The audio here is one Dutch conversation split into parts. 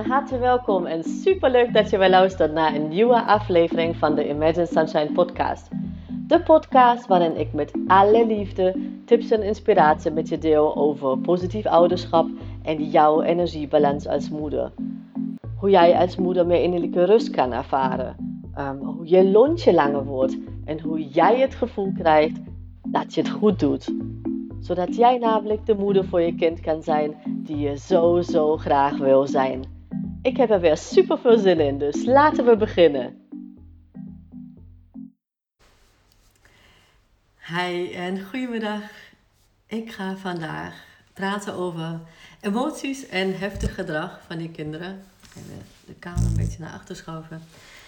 harte welkom en superleuk dat je weer luistert naar een nieuwe aflevering van de Imagine Sunshine podcast. De podcast waarin ik met alle liefde tips en inspiratie met je deel over positief ouderschap en jouw energiebalans als moeder. Hoe jij als moeder meer innerlijke rust kan ervaren, hoe je lontje langer wordt en hoe jij het gevoel krijgt dat je het goed doet. Zodat jij namelijk de moeder voor je kind kan zijn die je zo graag wil zijn. Ik heb er weer super veel zin in, dus laten we beginnen. Hi en goedemiddag. Ik ga vandaag praten over emoties en heftig gedrag van je kinderen. Even de kamer een beetje naar achter schuiven.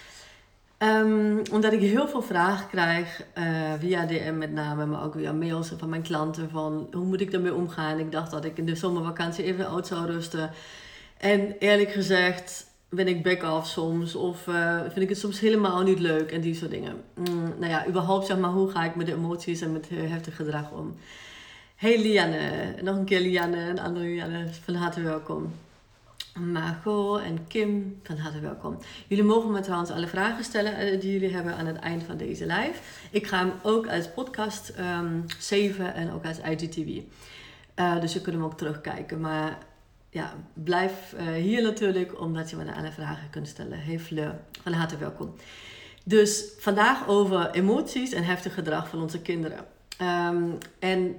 Omdat ik heel veel vragen krijg via DM met name, maar ook via mails van mijn klanten van hoe moet ik daarmee omgaan. Ik dacht dat ik in de zomervakantie even uit zou rusten. En eerlijk gezegd ben ik back-off soms of vind ik het soms helemaal niet leuk en die soort dingen. Überhaupt zeg maar, hoe ga ik met de emoties en met heftig gedrag om. Hey Lianne, nog een keer Lianne en andere Lianne, van harte welkom. Margot en Kim, van harte welkom. Jullie mogen me trouwens alle vragen stellen die jullie hebben aan het eind van deze live. Ik ga hem ook als podcast saven en ook als IGTV. Dus je kunt hem ook terugkijken. Maar ja, blijf hier natuurlijk, omdat je me alle vragen kunt stellen. Hey Fleur, van harte welkom. Dus vandaag over emoties en heftig gedrag van onze kinderen. En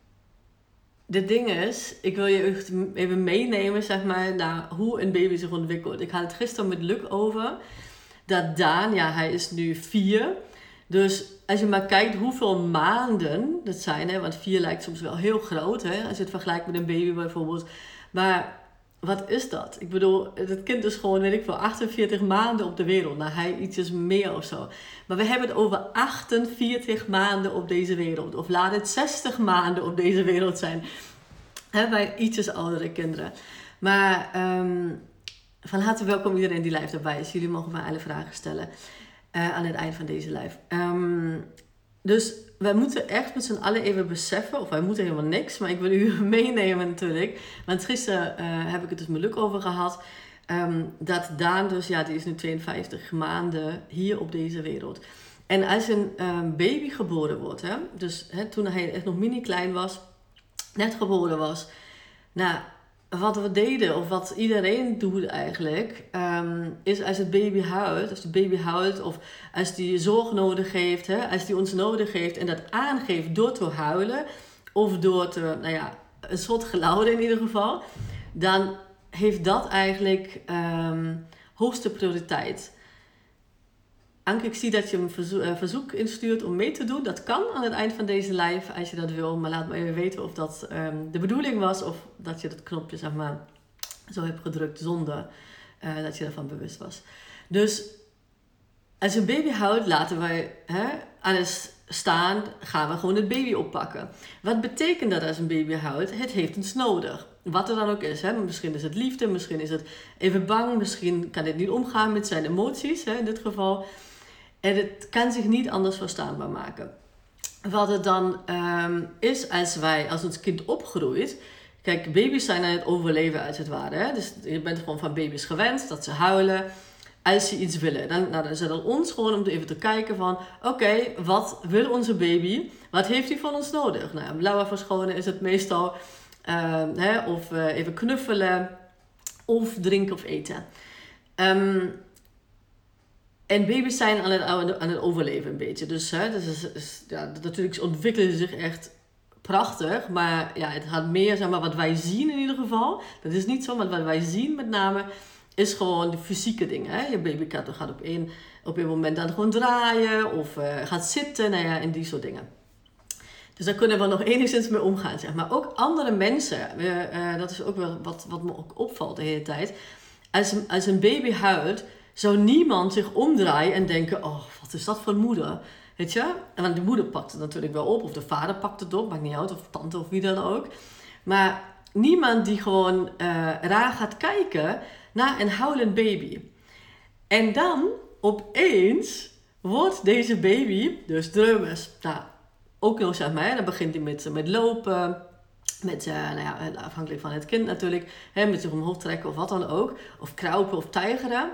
de ding is, ik wil je even meenemen, zeg maar, naar hoe een baby zich ontwikkelt. Ik had het gisteren met Luc over. Dat Daan, hij is nu 4. Dus als je maar kijkt hoeveel maanden dat zijn, hè, want 4 lijkt soms wel heel groot, hè, als je het vergelijkt met een baby bijvoorbeeld. Maar wat is dat? Ik bedoel, het kind is gewoon, 48 maanden op de wereld. Nou, hij ietsjes meer of zo. Maar we hebben het over 48 maanden op deze wereld. Of laat het 60 maanden op deze wereld zijn. Bij ietsjes oudere kinderen. Maar van harte welkom iedereen die live erbij is. Jullie mogen mij alle vragen stellen aan het eind van deze live. Dus wij moeten echt met z'n allen even beseffen, of wij moeten helemaal niks, maar ik wil u meenemen natuurlijk. Want gisteren heb ik het dus met Luc over gehad. Dat Daan dus, die is nu 52 maanden hier op deze wereld. En als een baby geboren wordt, dus toen hij echt nog mini klein was, net geboren was. Nou, wat we deden, of wat iedereen doet eigenlijk, is als het baby huilt, als de baby huilt, of als die zorg nodig heeft, als die ons nodig heeft en dat aangeeft door te huilen, of door te, een soort geluiden in ieder geval, dan heeft dat eigenlijk hoogste prioriteit. Anke, ik zie dat je een verzoek instuurt om mee te doen. Dat kan aan het eind van deze live, als je dat wil. Maar laat me even weten of dat de bedoeling was. Of dat je dat knopje, zeg maar, zo hebt gedrukt zonder dat je ervan bewust was. Dus als een baby huilt, laten wij alles staan. Gaan we gewoon het baby oppakken. Wat betekent dat als een baby huilt? Het heeft iets nodig. Wat er dan ook is. Misschien is het liefde, misschien is het even bang. Misschien kan het niet omgaan met zijn emoties, in dit geval. En het kan zich niet anders verstaanbaar maken. Wat het dan is als ons kind opgroeit. Kijk, baby's zijn aan het overleven als het ware. Dus je bent gewoon van baby's gewend dat ze huilen als ze iets willen. Dan is het aan ons gewoon om even te kijken van, oké, wat wil onze baby? Wat heeft hij van ons nodig? Nou, blauwe verschonen is het meestal of even knuffelen of drinken of eten. En baby's zijn aan het overleven een beetje. Dus natuurlijk ontwikkelen ze zich echt prachtig. Maar het gaat meer, zeg maar, wat wij zien in ieder geval. Dat is niet zo, maar wat wij zien met name is gewoon de fysieke dingen. Je baby gaat op een moment dan gewoon draaien of gaat zitten. En die soort dingen. Dus daar kunnen we nog enigszins mee omgaan, zeg maar. Ook andere mensen, dat is ook wel wat me ook opvalt de hele tijd. Als een baby huilt, zou niemand zich omdraaien en denken, oh, wat is dat voor een moeder? Weet je? Want de moeder pakt het natuurlijk wel op, of de vader pakt het op, maakt niet uit, of tante of wie dan ook. Maar niemand die gewoon raar gaat kijken naar een huilend baby. En dan, opeens, wordt deze baby dus dreumes. Nou, ook nog, zeg maar, dan begint hij met lopen. Met, afhankelijk van het kind natuurlijk, met zich omhoog trekken of wat dan ook. Of kruipen of tijgeren.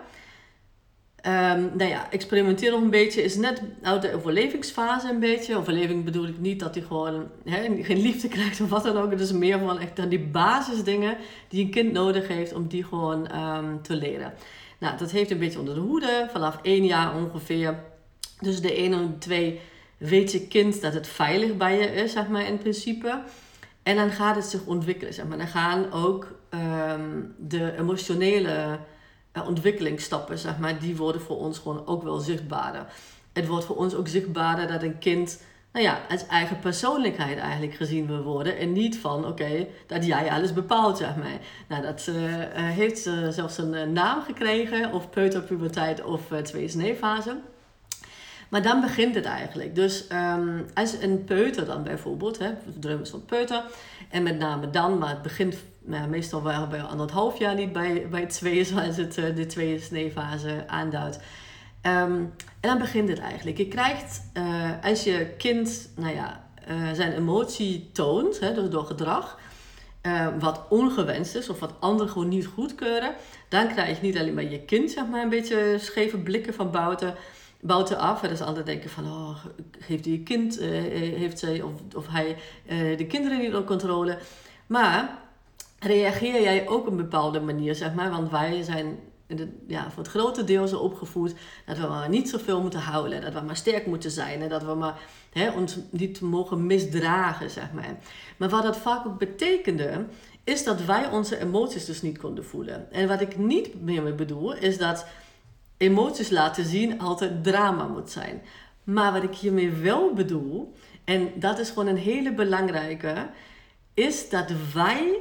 Experimenteer nog een beetje. Is net uit de overlevingsfase een beetje. Overleving bedoel ik niet dat hij gewoon geen liefde krijgt of wat dan ook. Het is meer van echt die basisdingen die een kind nodig heeft om die gewoon te leren. Nou, dat heeft een beetje onder de hoede. Vanaf 1 jaar ongeveer. Dus de 1 en 2 weet je kind dat het veilig bij je is, zeg maar in principe. En dan gaat het zich ontwikkelen, zeg maar. Dan gaan ook de emotionele ontwikkelingsstappen, zeg maar, die worden voor ons gewoon ook wel zichtbaarder. Het wordt voor ons ook zichtbaarder dat een kind, als eigen persoonlijkheid eigenlijk gezien wil worden. En niet van, dat jij alles bepaalt, zeg maar. Nou, dat heeft zelfs een naam gekregen, of peuterpuberteit of tweeënsneefase. Maar dan begint het eigenlijk. Dus als een peuter dan bijvoorbeeld, de dreum is van peuter, en met name dan, maar het begint meestal wel bij 1,5 jaar, niet bij 2, zoals het de tweeënsneefase aanduidt. En dan begint het eigenlijk. Je krijgt, als je kind zijn emotie toont, dus door gedrag, wat ongewenst is of wat anderen gewoon niet goedkeuren, dan krijg je niet alleen maar je kind, zeg maar, een beetje scheve blikken van buiten af. Dus altijd denken van, heeft die kind, heeft zij of hij de kinderen niet onder controle. Maar reageer jij ook op een bepaalde manier, zeg maar. Want wij zijn voor het grote deel zo opgevoed dat we maar niet zoveel moeten huilen. Dat we maar sterk moeten zijn. En dat we maar ons niet mogen misdragen, zeg maar. Maar wat dat vaak ook betekende, is dat wij onze emoties dus niet konden voelen. En wat ik niet meer bedoel, is dat emoties laten zien altijd drama moet zijn. Maar wat ik hiermee wel bedoel, en dat is gewoon een hele belangrijke, is dat wij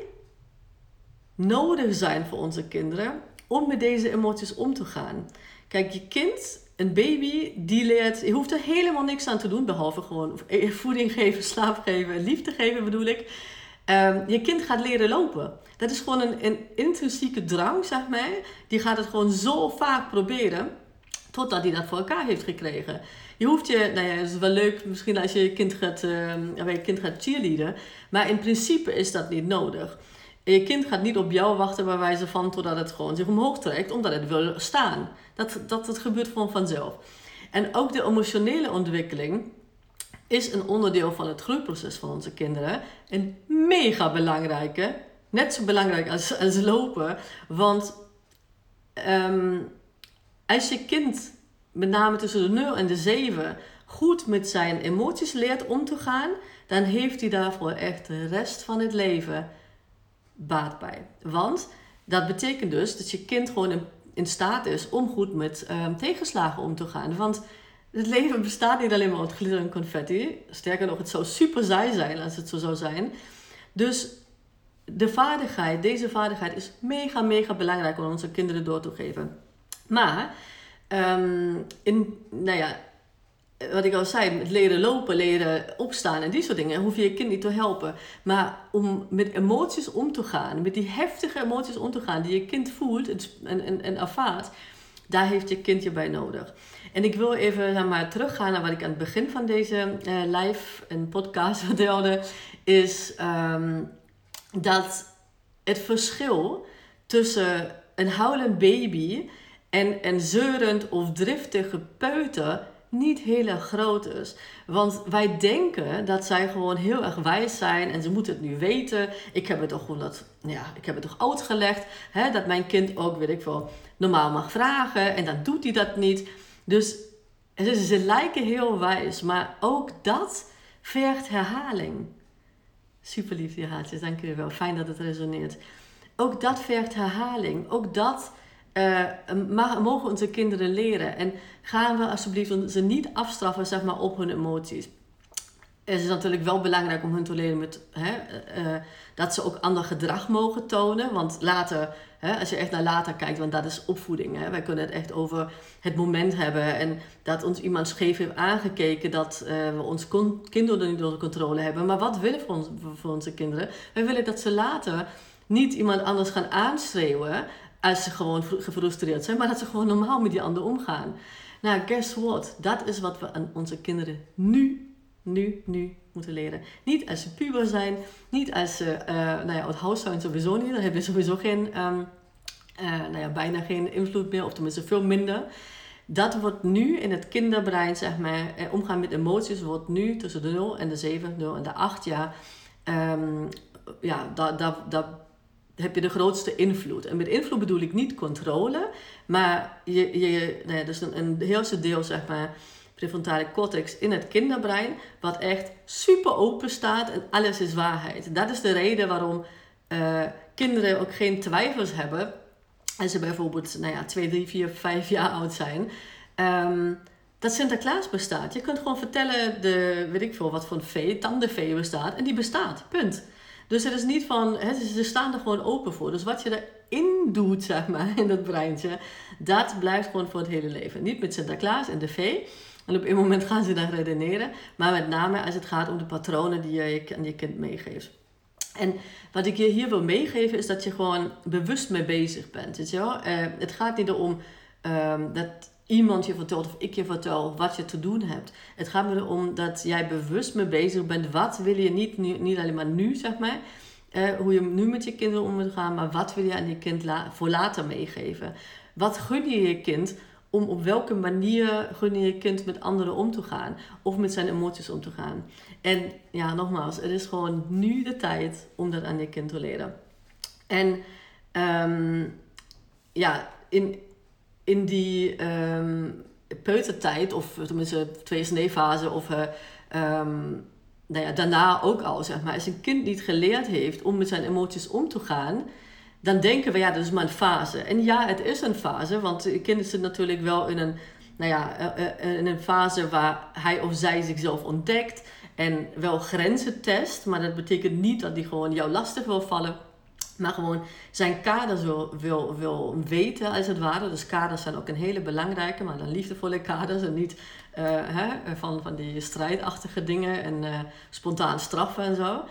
nodig zijn voor onze kinderen om met deze emoties om te gaan. Kijk, je kind, een baby, die leert, je hoeft er helemaal niks aan te doen, behalve gewoon voeding geven, slaap geven, liefde geven bedoel ik. Je kind gaat leren lopen. Dat is gewoon een intrinsieke drang, zeg maar. Die gaat het gewoon zo vaak proberen, totdat hij dat voor elkaar heeft gekregen. Je hoeft het is wel leuk misschien als je kind gaat cheerleaden, maar in principe is dat niet nodig. Je kind gaat niet op jou wachten bij wijze van totdat het gewoon zich omhoog trekt, omdat het wil staan. Dat gebeurt gewoon vanzelf. En ook de emotionele ontwikkeling is een onderdeel van het groeiproces van onze kinderen. Een mega belangrijke, net zo belangrijk als lopen. Want als je kind, met name tussen de 0 en de 7, goed met zijn emoties leert om te gaan, dan heeft hij daarvoor echt de rest van het leven baat bij. Want dat betekent dus dat je kind gewoon in staat is om goed met tegenslagen om te gaan. Want het leven bestaat niet alleen maar uit glitter en confetti. Sterker nog, het zou super saai zijn als het zo zou zijn. Dus deze vaardigheid is mega, mega belangrijk om onze kinderen door te geven. Maar, wat ik al zei, met leren lopen, leren opstaan en die soort dingen, hoef je je kind niet te helpen. Maar om met emoties om te gaan, met die heftige emoties om te gaan die je kind voelt en ervaart, daar heeft je kind je bij nodig. En ik wil even teruggaan naar wat ik aan het begin van deze live en podcast vertelde, is dat het verschil tussen een huilend baby en een zeurend of driftige peuter niet heel erg groot is. Want wij denken dat zij gewoon heel erg wijs zijn en ze moeten het nu weten. Ik heb het toch uitgelegd, dat mijn kind ook, weet ik veel, normaal mag vragen en dan doet hij dat niet. Dus ze lijken heel wijs, maar ook dat vergt herhaling. Super lief, die haartjes, dank jullie wel. Fijn dat het resoneert. Ook dat vergt herhaling. Ook dat mogen onze kinderen leren. En gaan we alsjeblieft ze niet afstraffen, zeg maar, op hun emoties. Het is natuurlijk wel belangrijk om hun te leren dat ze ook ander gedrag mogen tonen. Want later, als je echt naar later kijkt, want dat is opvoeding. Wij kunnen het echt over het moment hebben. En dat ons iemand scheef heeft aangekeken, dat we ons kinderen niet onder controle hebben. Maar wat willen we voor onze kinderen? Wij willen dat ze later niet iemand anders gaan aanschreeuwen als ze gewoon gefrustreerd zijn. Maar dat ze gewoon normaal met die ander omgaan. Nou, guess what? Dat is wat we aan onze kinderen nu nu moeten leren. Niet als ze puber zijn, niet als ze, het huis zijn sowieso niet. Dan heb je sowieso geen, bijna geen invloed meer, of tenminste veel minder. Dat wordt nu in het kinderbrein, zeg maar, omgaan met emoties, wordt nu tussen de 0 en de 7, 0 en de 8 jaar, daar heb je de grootste invloed. En met invloed bedoel ik niet controle, maar dus een heel deel, zeg maar, prefrontale cortex in het kinderbrein, wat echt super open staat en alles is waarheid. Dat is de reden waarom kinderen ook geen twijfels hebben als ze bijvoorbeeld 2, 3, 4, 5 jaar oud zijn. Dat Sinterklaas bestaat. Je kunt gewoon vertellen, weet ik veel wat voor een vee, tandenvee bestaat. En die bestaat. Punt. Dus het is niet van, ze staan er gewoon open voor. Dus wat je erin doet, zeg maar, in dat breintje, dat blijft gewoon voor het hele leven. Niet met Sinterklaas en de vee. En op een moment gaan ze dan redeneren. Maar met name als het gaat om de patronen die je aan je kind meegeeft. En wat ik je hier wil meegeven is dat je gewoon bewust mee bezig bent. Weet je wel? Het gaat niet erom dat iemand je vertelt of ik je vertel wat je te doen hebt. Het gaat me erom dat jij bewust mee bezig bent. Wat wil je niet alleen maar nu, zeg maar. Hoe je nu met je kinderen om moet gaan. Maar wat wil je aan je kind voor later meegeven. Wat gun je je kind op welke manier gun je je kind met anderen om te gaan. Of met zijn emoties om te gaan. En ja, nogmaals, het is gewoon nu de tijd om dat aan je kind te leren. En in die peutertijd, of tenminste tweesneefase, of daarna ook al, zeg maar. Als een kind niet geleerd heeft om met zijn emoties om te gaan, dan denken we, dat is maar een fase. En ja, het is een fase, want een kind zit natuurlijk wel in een fase waar hij of zij zichzelf ontdekt en wel grenzen test, maar dat betekent niet dat hij gewoon jou lastig wil vallen, maar gewoon zijn kaders wil weten, als het ware. Dus kaders zijn ook een hele belangrijke, maar dan liefdevolle kaders en niet van die strijdachtige dingen en spontaan straffen en zo.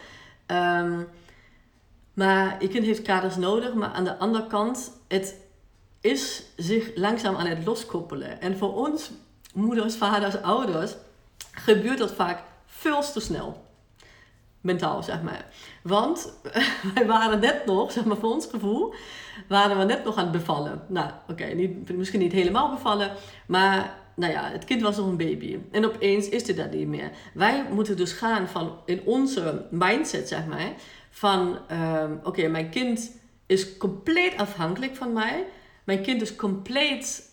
Maar je kind heeft kaders nodig, maar aan de andere kant, het is zich langzaam aan het loskoppelen. En voor ons, moeders, vaders, ouders, gebeurt dat vaak veel te snel. Mentaal, zeg maar. Want wij waren net nog, zeg maar voor ons gevoel, waren we net nog aan het bevallen. Nou, misschien niet helemaal bevallen, maar het kind was nog een baby. En opeens is het dat niet meer. Wij moeten dus gaan van, in onze mindset, zeg maar, van mijn kind is compleet afhankelijk van mij. Mijn kind is compleet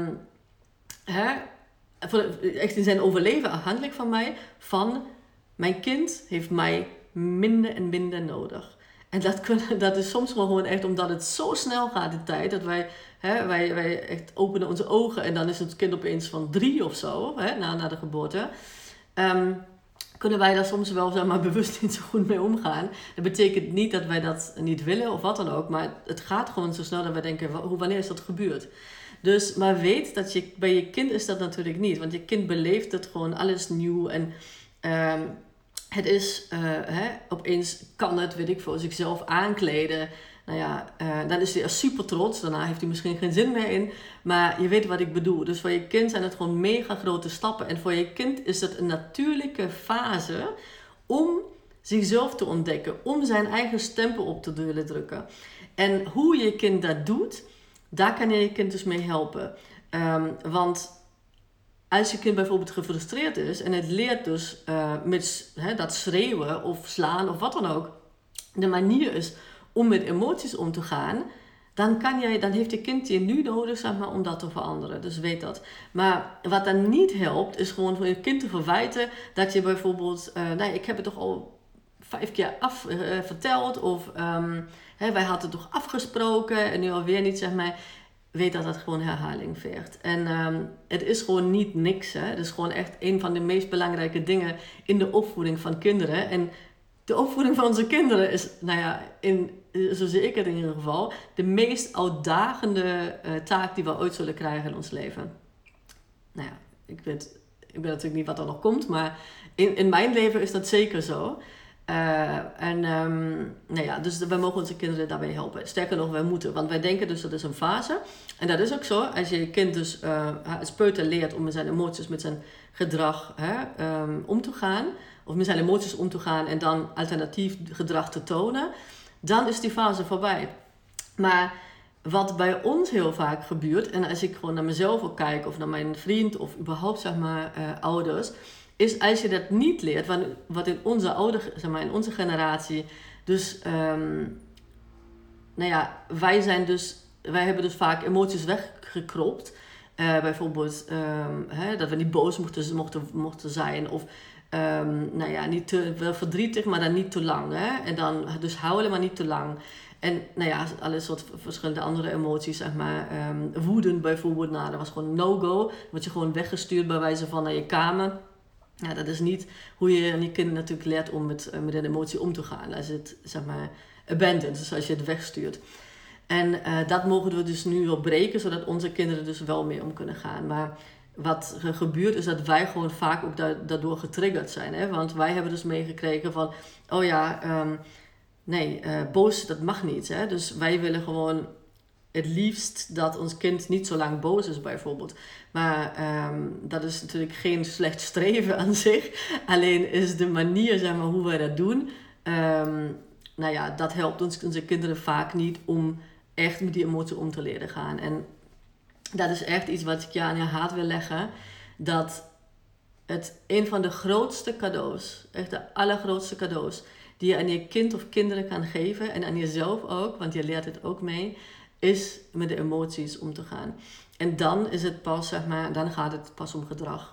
echt in zijn overleven afhankelijk van mij. Van mijn kind heeft mij minder en minder nodig. En dat is soms gewoon echt omdat het zo snel gaat de tijd. Dat wij echt openen onze ogen. En dan is het kind opeens van 3 of zo. Na de geboorte. Kunnen wij daar soms wel, zeg maar, bewust niet zo goed mee omgaan. Dat betekent niet dat wij dat niet willen of wat dan ook. Maar het gaat gewoon zo snel dat wij denken, wanneer is dat gebeurd? Dus, maar weet dat bij je kind is dat natuurlijk niet. Want je kind beleeft het gewoon alles nieuw. En het is, opeens kan het, weet ik veel, zichzelf aankleden. Dan is hij super trots. Daarna heeft hij misschien geen zin meer in. Maar je weet wat ik bedoel. Dus voor je kind zijn het gewoon mega grote stappen. En voor je kind is het een natuurlijke fase om zichzelf te ontdekken. Om zijn eigen stempel op te willen drukken. En hoe je kind dat doet, daar kan je kind dus mee helpen. Want als je kind bijvoorbeeld gefrustreerd is en het leert dus met dat schreeuwen of slaan of wat dan ook, de manier is om met emoties om te gaan, dan heeft je kind je nu nodig, zeg maar, om dat te veranderen. Dus weet dat. Maar wat dan niet helpt, is gewoon voor je kind te verwijten dat je bijvoorbeeld, ik heb het toch al 5 keer verteld, of wij hadden het toch afgesproken en nu alweer niet, zeg maar. Weet dat gewoon herhaling vergt. En het is gewoon niet niks. Hè? Het is gewoon echt een van de meest belangrijke dingen in de opvoeding van kinderen. En de opvoeding van onze kinderen is, zo zie ik het in ieder geval, de meest uitdagende taak die we ooit zullen krijgen in ons leven. Ik weet natuurlijk niet wat er nog komt, maar in mijn leven is dat zeker zo. Nou ja, dus we mogen onze kinderen daarbij helpen. Sterker nog, wij moeten. Want wij denken dus dat is een fase. En dat is ook zo. Als je je kind dus als peuter leert om met zijn emoties, met zijn gedrag om te gaan. Of met zijn emoties om te gaan en dan alternatief gedrag te tonen. Dan is die fase voorbij. Maar wat bij ons heel vaak gebeurt, en als ik gewoon naar mezelf ook kijk, of naar mijn vriend, of überhaupt zeg maar ouders, is als je dat niet leert, wat in onze zeg maar, in onze generatie, dus, nou ja, wij hebben dus vaak emoties weggekropt. Bijvoorbeeld dat we niet boos mochten zijn, of nou ja, wel verdrietig, maar dan niet te lang. Hè? En dan dus huilen, maar niet te lang. En nou ja, alle soort verschillende andere emoties, zeg maar. Woedend bijvoorbeeld, nou, dat was gewoon een no-go. Word je gewoon weggestuurd bij wijze van naar je kamer. Ja, dat is niet hoe je aan je kind natuurlijk leert om met een emotie om te gaan. Als je het, zeg maar, abandoned, dus als je het wegstuurt. En dat mogen we dus nu wel breken, zodat onze kinderen dus wel mee om kunnen gaan. Maar wat er gebeurt is dat wij gewoon vaak ook daardoor getriggerd zijn. Hè? Want wij hebben dus meegekregen van, oh ja, boos, dat mag niet. Hè? Dus wij willen gewoon het liefst dat ons kind niet zo lang boos is bijvoorbeeld. Maar dat is natuurlijk geen slecht streven aan zich. Alleen is de manier, zeg maar, hoe wij dat doen. Nou ja, dat helpt onze kinderen vaak niet om echt met die emotie om te leren gaan. En dat is echt iets wat ik je aan je hart wil leggen. Dat het een van de grootste cadeaus, echt de allergrootste cadeaus, die je aan je kind of kinderen kan geven, en aan jezelf ook, want je leert het ook mee, is met de emoties om te gaan. En dan is het pas, zeg maar, dan gaat het pas om gedrag.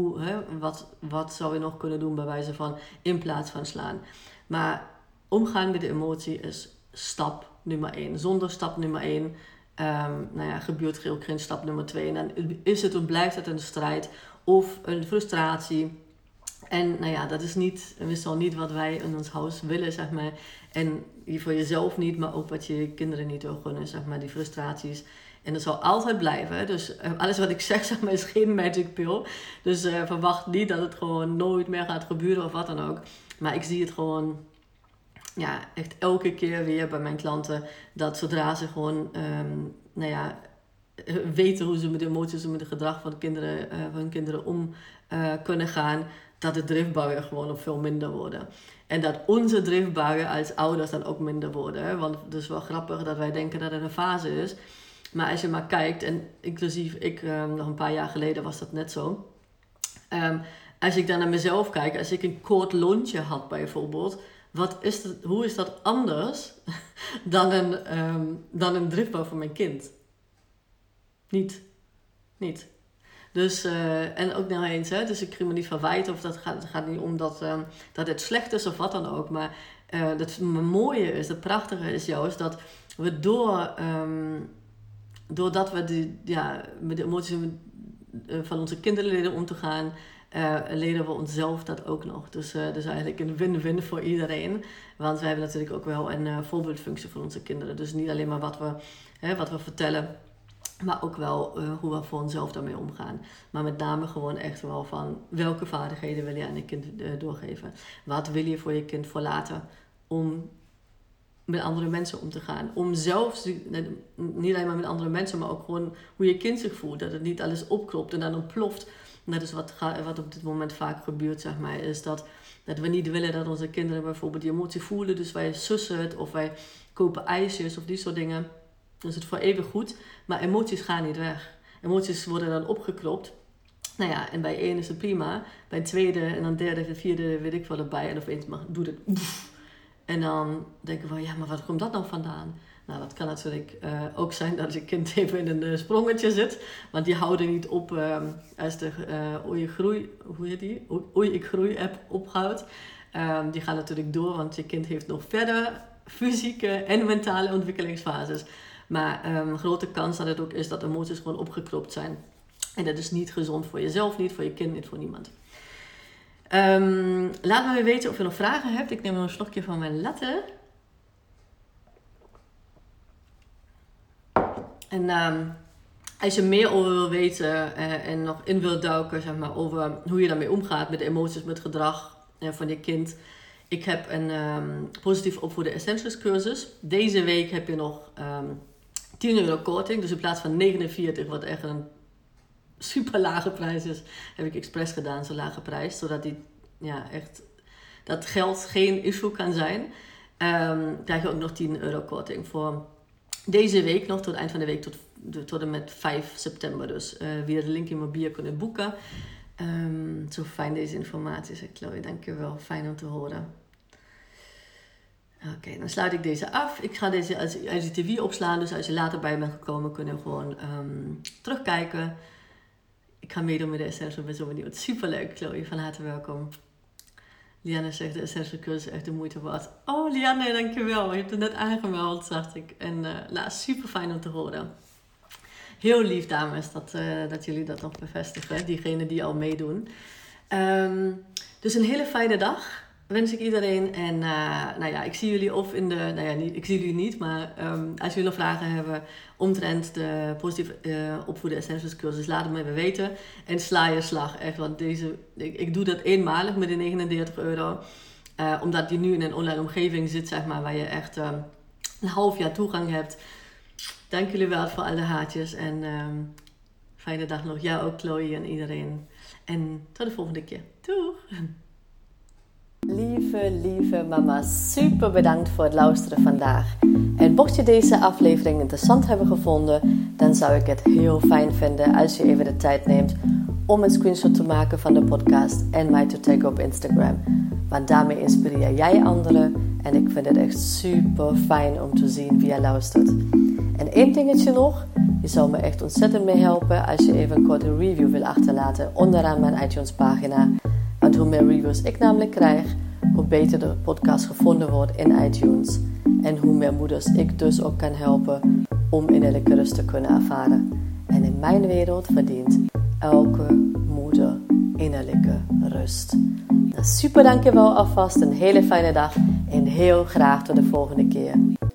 Wat zou je nog kunnen doen bij wijze van in plaats van slaan. Maar omgaan met de emotie is stap nummer 1. Zonder stap nummer 1 gebeurt er ook geen stap nummer 2. En dan is het of blijft het een strijd of een frustratie. En nou ja, dat is meestal niet wat wij in ons huis willen, zeg maar. En voor jezelf niet, maar ook wat je kinderen niet wil gunnen, zeg maar, die frustraties. En dat zal altijd blijven. Dus alles wat ik zeg, zeg maar, is geen magic pill. Dus verwacht niet dat het gewoon nooit meer gaat gebeuren of wat dan ook. Maar ik zie het gewoon, ja, echt elke keer weer bij mijn klanten, dat zodra ze gewoon, weten hoe ze met de emoties en met het gedrag van hun kinderen om kunnen gaan, dat de driftbuien gewoon nog veel minder worden. En dat onze driftbuien als ouders dan ook minder worden. Hè? Want het is wel grappig dat wij denken dat het een fase is. Maar als je maar kijkt, en inclusief ik, nog een paar jaar geleden was dat net zo. Als ik dan naar mezelf kijk, als ik een kort lontje had bijvoorbeeld, hoe is dat anders dan een driftbui van mijn kind? Niet. Dus, en ook nog eens, hè, dus ik ga me niet verwijten of het gaat niet om dat het slecht is of wat dan ook. Maar het mooie is, het prachtige is juist dat we doordat we met de emoties van onze kinderen leren om te gaan, leren we onszelf dat ook nog. Dus eigenlijk een win-win voor iedereen. Want we hebben natuurlijk ook wel een voorbeeldfunctie voor onze kinderen. Dus niet alleen maar wat we vertellen, maar ook wel hoe we voor onszelf daarmee omgaan. Maar met name gewoon echt wel van welke vaardigheden wil je aan je kind doorgeven. Wat wil je voor je kind voor later om met andere mensen om te gaan. Om zelfs, niet alleen maar met andere mensen, maar ook gewoon hoe je kind zich voelt. Dat het niet alles opklopt en dan ontploft. Dat is wat op dit moment vaak gebeurt, zeg maar. Is dat we niet willen dat onze kinderen bijvoorbeeld die emotie voelen. Dus wij sussen het of wij kopen ijsjes of die soort dingen. Dan is het voor even goed. Maar emoties gaan niet weg. Emoties worden dan opgeklopt. Nou ja, en bij één is het prima. Bij een tweede en dan derde en vierde weet ik wel erbij. En opeens doet het oef. En dan denken we, ja, maar wat komt dat nou vandaan? Nou, dat kan natuurlijk ook zijn dat je kind even in een sprongetje zit. Want die houden niet op als de Oei ik groei app ophoudt. Die gaan natuurlijk door, want je kind heeft nog verder fysieke en mentale ontwikkelingsfases. Maar een grote kans dat het ook is dat emoties gewoon opgeklopt zijn. En dat is niet gezond voor jezelf, niet voor je kind, niet voor niemand. Laat me weer weten of je nog vragen hebt. Ik neem nog een slokje van mijn latte. En als je meer over wil weten en nog in wil duiken, zeg maar, over hoe je daarmee omgaat met de emoties, met het gedrag van je kind, Ik heb een positief opvoeden essentials cursus. Deze week heb je nog €10 korting. Dus in plaats van 49, wat echt een super lage prijs is, heb ik expres gedaan, zo'n lage prijs. Zodat dat geld geen issue kan zijn. Krijg je ook nog €10 korting voor deze week nog, tot het eind van de week, tot en met 5 september. Dus via de link in mijn bio kunnen boeken. Zo fijn deze informatie is, Chloe. Dankjewel. Fijn om te horen. Oké, dan sluit ik deze af. Ik ga deze als IGTV opslaan. Dus als je later bij bent gekomen, kunnen we gewoon terugkijken. Ik ga meedoen met de Essential. Ik ben zo benieuwd. Superleuk, Chloe. Van harte welkom. Lianne zegt, de Essential cursus is echt de moeite waard. Oh, Lianne, dankjewel. Je hebt het net aangemeld, zag ik. En super fijn om te horen. Heel lief, dames, dat jullie dat nog bevestigen. Diegenen die al meedoen. Dus een hele fijne dag wens ik iedereen. En ik zie jullie of in de... ik zie jullie niet, maar als jullie nog vragen hebben omtrent de positief opvoeden essentials cursus, laat het me even weten. En sla je slag, echt. Want ik doe dat eenmalig met de €39. Omdat die nu in een online omgeving zit, zeg maar, waar je echt een half jaar toegang hebt. Dank jullie wel voor alle haartjes. En fijne dag nog. Jou ook, Chloe, en iedereen. En tot de volgende keer. Doeg! Lieve mama, super bedankt voor het luisteren vandaag. En mocht je deze aflevering interessant hebben gevonden, dan zou ik het heel fijn vinden als je even de tijd neemt om een screenshot te maken van de podcast en mij te taggen op Instagram. Want daarmee inspireer jij anderen en ik vind het echt super fijn om te zien wie je luistert. En één dingetje nog, je zou me echt ontzettend mee helpen als je even een korte review wil achterlaten onderaan mijn iTunes pagina. Want hoe meer reviews ik namelijk krijg, hoe beter de podcast gevonden wordt in iTunes. En hoe meer moeders ik dus ook kan helpen om innerlijke rust te kunnen ervaren. En in mijn wereld verdient elke moeder innerlijke rust. Nou, super dankjewel alvast, een hele fijne dag en heel graag tot de volgende keer.